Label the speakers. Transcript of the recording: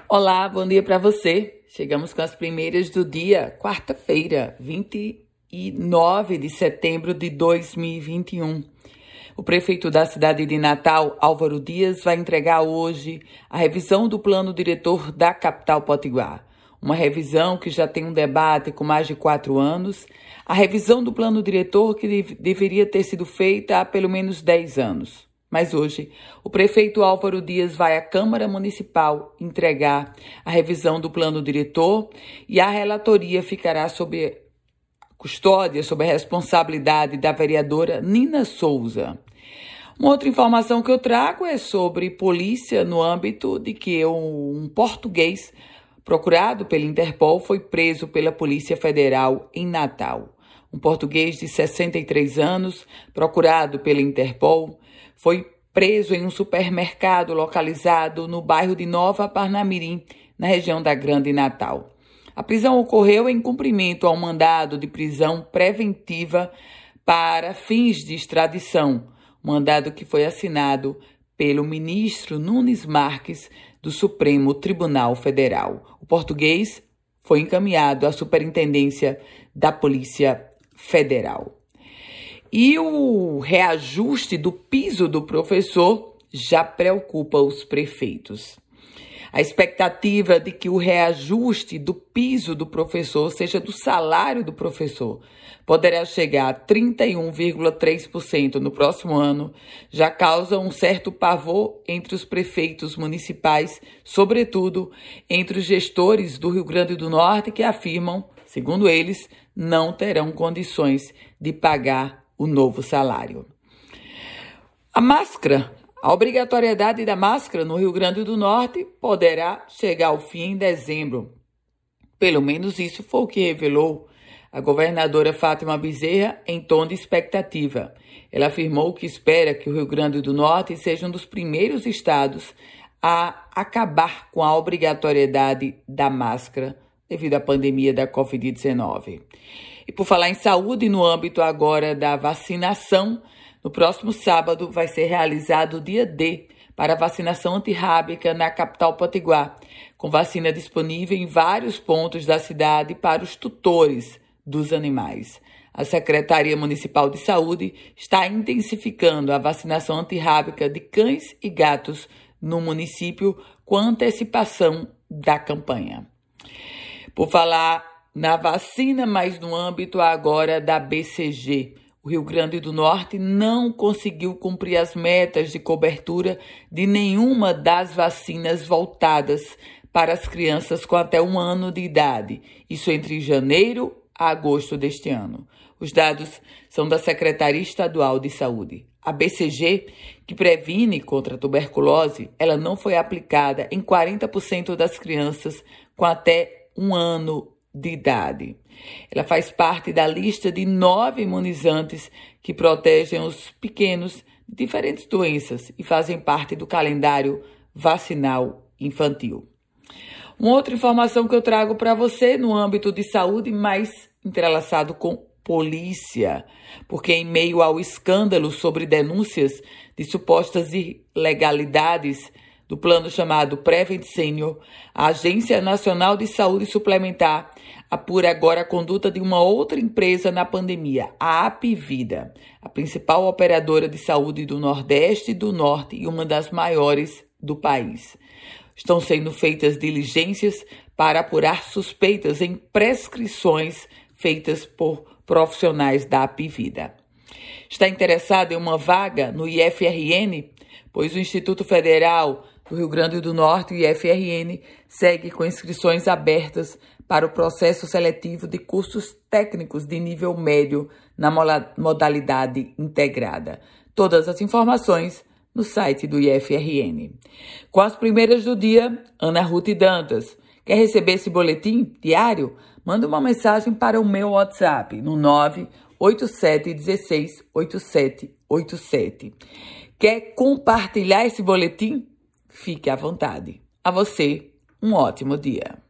Speaker 1: Olá, bom dia para você. Chegamos com as primeiras do dia, quarta-feira, 29 de setembro de 2021. O prefeito da cidade de Natal, Álvaro Dias, vai entregar hoje a revisão do plano diretor da capital potiguar. Uma revisão que já tem um debate com mais de 4 anos. A revisão do plano diretor que deveria ter sido feita há pelo menos 10 anos. Mas hoje, o prefeito Álvaro Dias vai à Câmara Municipal entregar a revisão do plano diretor e a relatoria ficará sob custódia, sob a responsabilidade da vereadora Nina Souza. Uma outra informação que eu trago é sobre polícia no âmbito de que um português procurado pela Interpol foi preso pela Polícia Federal em Natal. Um português de 63 anos, procurado pela Interpol, foi preso em um supermercado localizado no bairro de Nova Parnamirim, na região da Grande Natal. A prisão ocorreu em cumprimento ao mandado de prisão preventiva para fins de extradição, mandado que foi assinado pelo ministro Nunes Marques do Supremo Tribunal Federal. O português foi encaminhado à Superintendência da Polícia Federal. E o reajuste do piso do professor já preocupa os prefeitos. A expectativa de que o reajuste do piso do professor, seja do salário do professor, poderá chegar a 31,3% no próximo ano, já causa um certo pavor entre os prefeitos municipais, sobretudo entre os gestores do Rio Grande do Norte, que afirmam, segundo eles, não terão condições de pagar o novo salário. A obrigatoriedade da máscara no Rio Grande do Norte poderá chegar ao fim em dezembro. Pelo menos isso foi o que revelou a governadora Fátima Bezerra em tom de expectativa. Ela afirmou que espera que o Rio Grande do Norte seja um dos primeiros estados a acabar com a obrigatoriedade da máscara devido à pandemia da Covid-19. E por falar em saúde, no âmbito agora da vacinação, no próximo sábado vai ser realizado o dia D para a vacinação antirrábica na capital potiguar, com vacina disponível em vários pontos da cidade para os tutores dos animais. A Secretaria Municipal de Saúde está intensificando a vacinação antirrábica de cães e gatos no município com antecipação da campanha. Por falar na vacina, mas no âmbito agora da BCG, o Rio Grande do Norte não conseguiu cumprir as metas de cobertura de nenhuma das vacinas voltadas para as crianças com até 1 ano de idade, isso entre janeiro a agosto deste ano. Os dados são da Secretaria Estadual de Saúde. A BCG, que previne contra a tuberculose, ela não foi aplicada em 40% das crianças com até 1 ano de idade. Ela faz parte da lista de 9 imunizantes que protegem os pequenos de diferentes doenças e fazem parte do calendário vacinal infantil. Uma outra informação que eu trago para você no âmbito de saúde, mais entrelaçado com polícia, porque em meio ao escândalo sobre denúncias de supostas ilegalidades do plano chamado Prevent Senior, a Agência Nacional de Saúde Suplementar apura agora a conduta de uma outra empresa na pandemia, a Apvida, a principal operadora de saúde do Nordeste e do Norte e uma das maiores do país. Estão sendo feitas diligências para apurar suspeitas em prescrições feitas por profissionais da Apvida. Está interessado em uma vaga no IFRN? Pois o Instituto Federal do Rio Grande do Norte, o IFRN, segue com inscrições abertas para o processo seletivo de cursos técnicos de nível médio na modalidade integrada. Todas as informações no site do IFRN. Com as primeiras do dia, Ana Ruth Dantas. Quer receber esse boletim diário? Manda uma mensagem para o meu WhatsApp no 987168787. Quer compartilhar esse boletim? Fique à vontade. A você, um ótimo dia.